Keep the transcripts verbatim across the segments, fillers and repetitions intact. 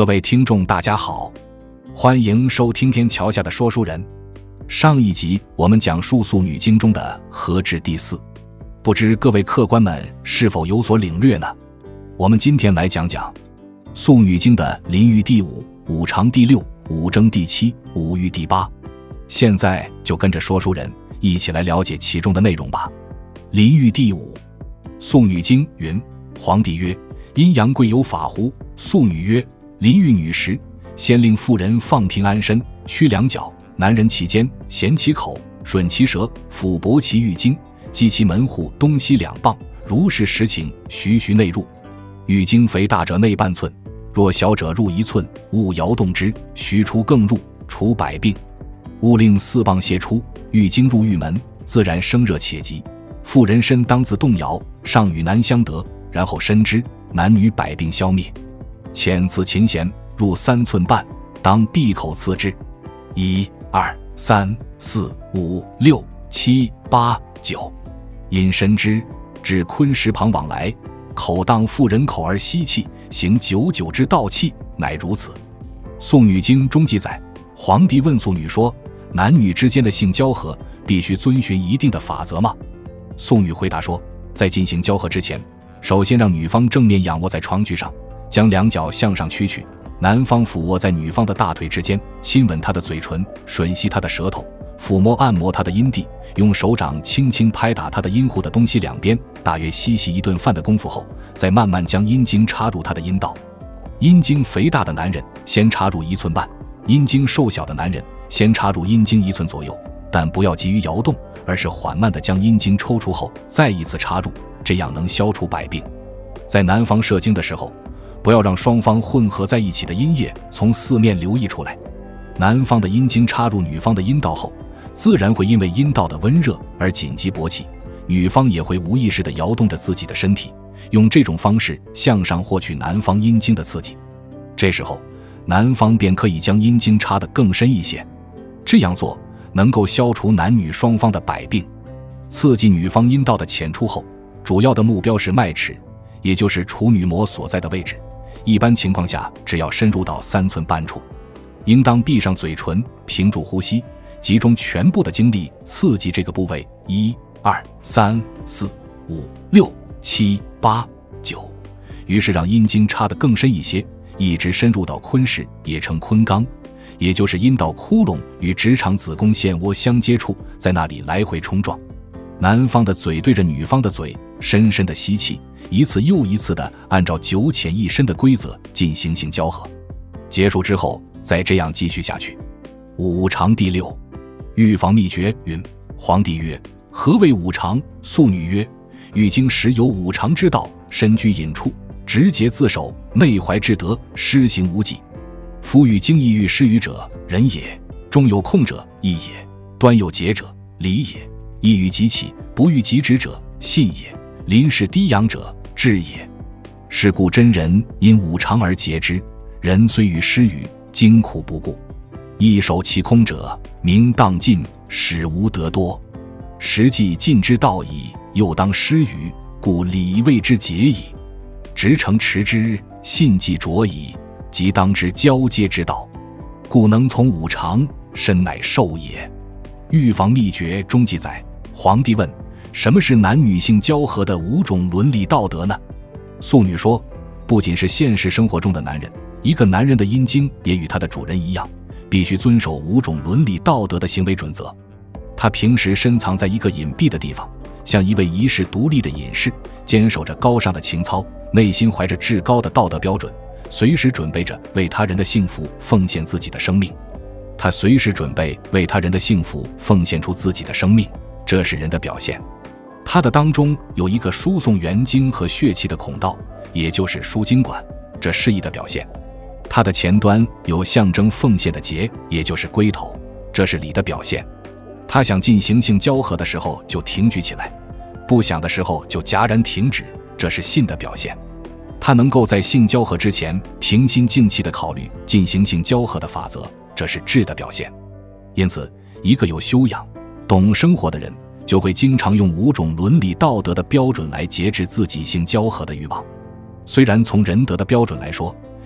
各位听众大家好，欢迎收听天桥下的说书人。上一集我们讲述素女经中的和制第四，不知各位客官们是否有所领略呢？我们今天来讲讲素女经的临玉第五、五常第六、五征第七、五欲第八。现在就跟着说书人一起来了解其中的内容吧。临玉第五，素女经云：皇帝曰，阴阳贵有法乎？素女曰，临玉女时，先令妇人放平安身，屈两脚，男人其肩，衔其口，吮其舌，抚薄其玉经，击其门户东西两磅，如是实情，徐徐内入。玉经肥大者内半寸，若小者入一寸，勿摇动之，须出更入，除百病。勿令四磅斜出，玉经入玉门，自然生热且急。妇人身当自动摇，上与男相得，然后伸之，男女百病消灭。浅刺琴弦，入三寸半，当闭口刺之。一、二、三、四、五、六、七、八、九，因伸之，至坤石旁往来，口当妇人口而吸气，行九九之道气，乃如此。素女经中记载，皇帝问素女说，男女之间的性交合必须遵循一定的法则吗？素女回答说，在进行交合之前，首先让女方正面仰卧在床具上，将两脚向上屈曲，男方俯卧在女方的大腿之间，亲吻她的嘴唇，吮吸她的舌头，抚摸按摩她的阴蒂，用手掌轻轻拍打她的阴户的东西两边，大约嬉戏一顿饭的功夫后，再慢慢将阴茎插入她的阴道。阴茎肥大的男人先插入一寸半，阴茎瘦小的男人先插入阴茎一寸左右，但不要急于摇动，而是缓慢地将阴茎抽出后再一次插入，这样能消除百病。在男方射精的时候，不要让双方混合在一起的阴液从四面流溢出来。男方的阴茎插入女方的阴道后，自然会因为阴道的温热而紧急勃起，女方也会无意识地摇动着自己的身体，用这种方式向上获取男方阴茎的刺激。这时候男方便可以将阴茎插得更深一些，这样做能够消除男女双方的百病。刺激女方阴道的浅处后，主要的目标是脉齿，也就是处女膜所在的位置，一般情况下只要深入到三寸半处。应当闭上嘴唇，屏住呼吸，集中全部的精力刺激这个部位。一、二、三、四、五、六、七、八、九，于是让阴茎插得更深一些，一直深入到坤室，也称坤肛，也就是阴道窟窿与直肠子宫腺窝相接处，在那里来回冲撞。男方的嘴对着女方的嘴，深深的吸气，一次又一次的按照九浅一深的规则进行性交合。结束之后再这样继续下去。五常第六，预防秘诀云：皇帝曰，何为五常？素女曰，欲经时有五常之道，身居隐处，直节自守，内怀至德，施行无忌。夫欲经意欲施予者，仁也；中有空者，义也；端有节者，礼也；意欲急起，不欲急止者，信也；临事低扬者，智也。是故真人因五常而节之，人虽欲施予，经苦不顾。一守其空者，名当尽，使无得多。实际尽之道矣，又当施予，故礼谓之节矣。直诚持之，信既着矣，即当之交接之道，故能从五常，身乃寿也。预防秘诀中记载，皇帝问，什么是男女性交合的五种伦理道德呢？素女说，不仅是现实生活中的男人，一个男人的阴茎也与他的主人一样，必须遵守五种伦理道德的行为准则。他平时深藏在一个隐蔽的地方，像一位遗世独立的隐士，坚守着高尚的情操，内心怀着至高的道德标准，随时准备着为他人的幸福奉献自己的生命。他随时准备为他人的幸福奉献出自己的生命，这是人的表现。他的当中有一个输送元精和血气的孔道，也就是输精管，这是义的表现。他的前端有象征奉献的节，也就是龟头，这是礼的表现。他想进行性交合的时候就挺举起来，不想的时候就戛然停止，这是信的表现。他能够在性交合之前平心静气地考虑进行性交合的法则，这是智的表现。因此，一个有修养、懂生活的人，就会经常用五种伦理道德的标准来节制自己性交合的欲望。虽然从仁德的标准来说，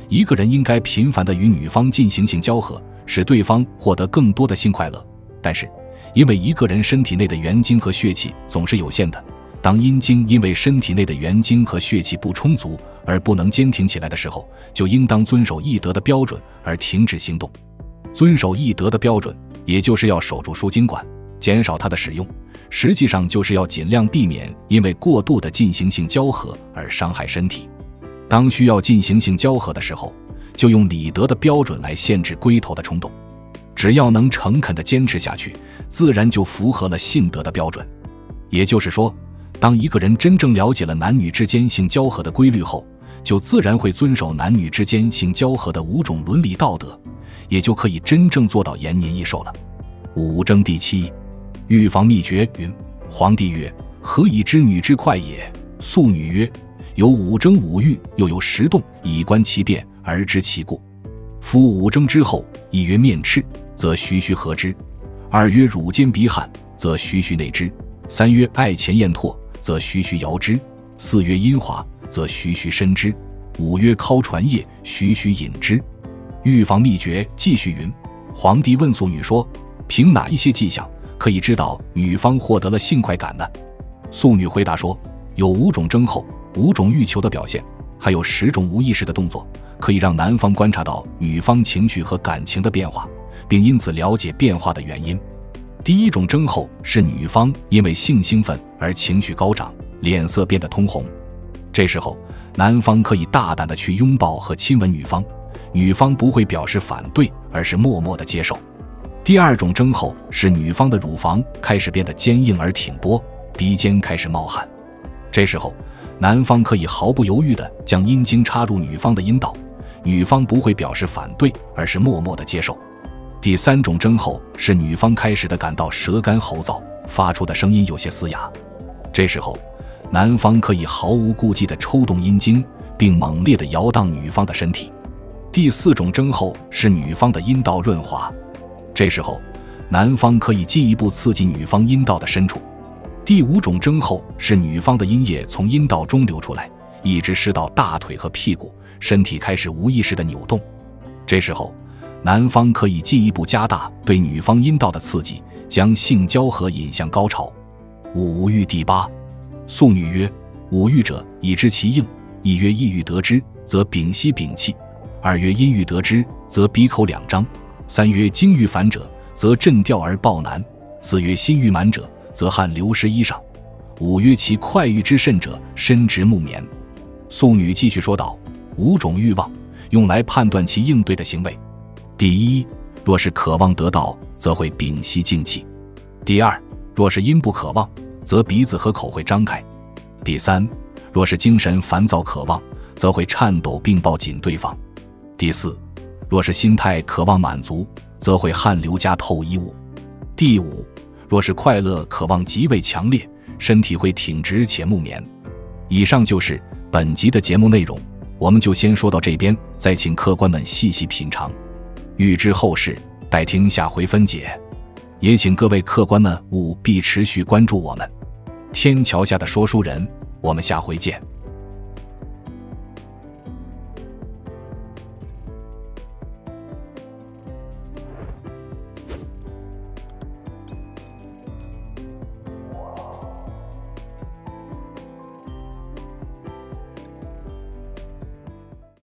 一个人应该频繁地与女方进行性交合，使对方获得更多的性快乐。但是，因为一个人身体内的元精和血气总是有限的，当阴茎因为身体内的元精和血气不充足而不能坚挺起来的时候，就应当遵守易德的标准而停止行动。遵守易德的标准，也就是要守住输精管，减少它的使用，实际上就是要尽量避免因为过度的进行性交合而伤害身体。当需要进行性交合的时候，就用理德的标准来限制龟头的冲动。只要能诚恳地坚持下去，自然就符合了信德的标准。也就是说，当一个人真正了解了男女之间性交合的规律后，就自然会遵守男女之间性交合的五种伦理道德，也就可以真正做到延年益寿了。五征第七，预防秘诀云：皇帝曰：何以知女之快也？素女曰：有五征五欲，又有十动，以观其变而知其故。夫五征之后，一曰面赤，则徐徐合之；二曰乳尖鼻汗，则徐徐内之；三曰爱前艳唾，则徐徐摇之；四曰阴滑，则徐徐伸之；五曰尻传液，徐徐引之。预防秘诀继续云：皇帝问素女说：凭哪一些迹象可以知道女方获得了性快感呢？素女回答说：有五种征候，五种欲求的表现，还有十种无意识的动作，可以让男方观察到女方情绪和感情的变化，并因此了解变化的原因。第一种征候是女方因为性兴奋而情绪高涨，脸色变得通红，这时候男方可以大胆地去拥抱和亲吻女方，女方不会表示反对，而是默默地接受。第二种征候是女方的乳房开始变得坚硬而挺拨，鼻尖开始冒汗，这时候男方可以毫不犹豫地将阴茎插入女方的阴道，女方不会表示反对，而是默默地接受。第三种征候是女方开始地感到舌干喉燥，发出的声音有些嘶哑，这时候男方可以毫无顾忌地抽动阴茎，并猛烈地摇荡女方的身体。第四种征候是女方的阴道润滑，这时候男方可以进一步刺激女方阴道的深处。第五种征候是女方的阴液从阴道中流出来，一直湿到大腿和屁股，身体开始无意识的扭动，这时候男方可以进一步加大对女方阴道的刺激，将性交合引向高潮。五欲第八，素女曰：五欲者，以知其应。一曰意欲得之，则屏息屏气；二曰阴欲得之，则鼻口两张；三曰精欲烦者，则震吊而抱难；四曰心欲满者，则汗流湿衣裳；五曰其快欲之甚者，深植木棉。素女继续说道：五种欲望用来判断其应对的行为。第一，若是渴望得到，则会屏息静气；第二，若是因不渴望，则鼻子和口会张开；第三，若是精神烦躁渴望，则会颤抖并抱紧对方；第四，若是心态渴望满足，则会汗流加透衣物；第五，若是快乐渴望极为强烈，身体会挺直且木棉。以上就是本集的节目内容，我们就先说到这边，再请客官们细细品尝。欲知后事，待听下回分解。也请各位客官们务必持续关注我们天桥下的说书人，我们下回见。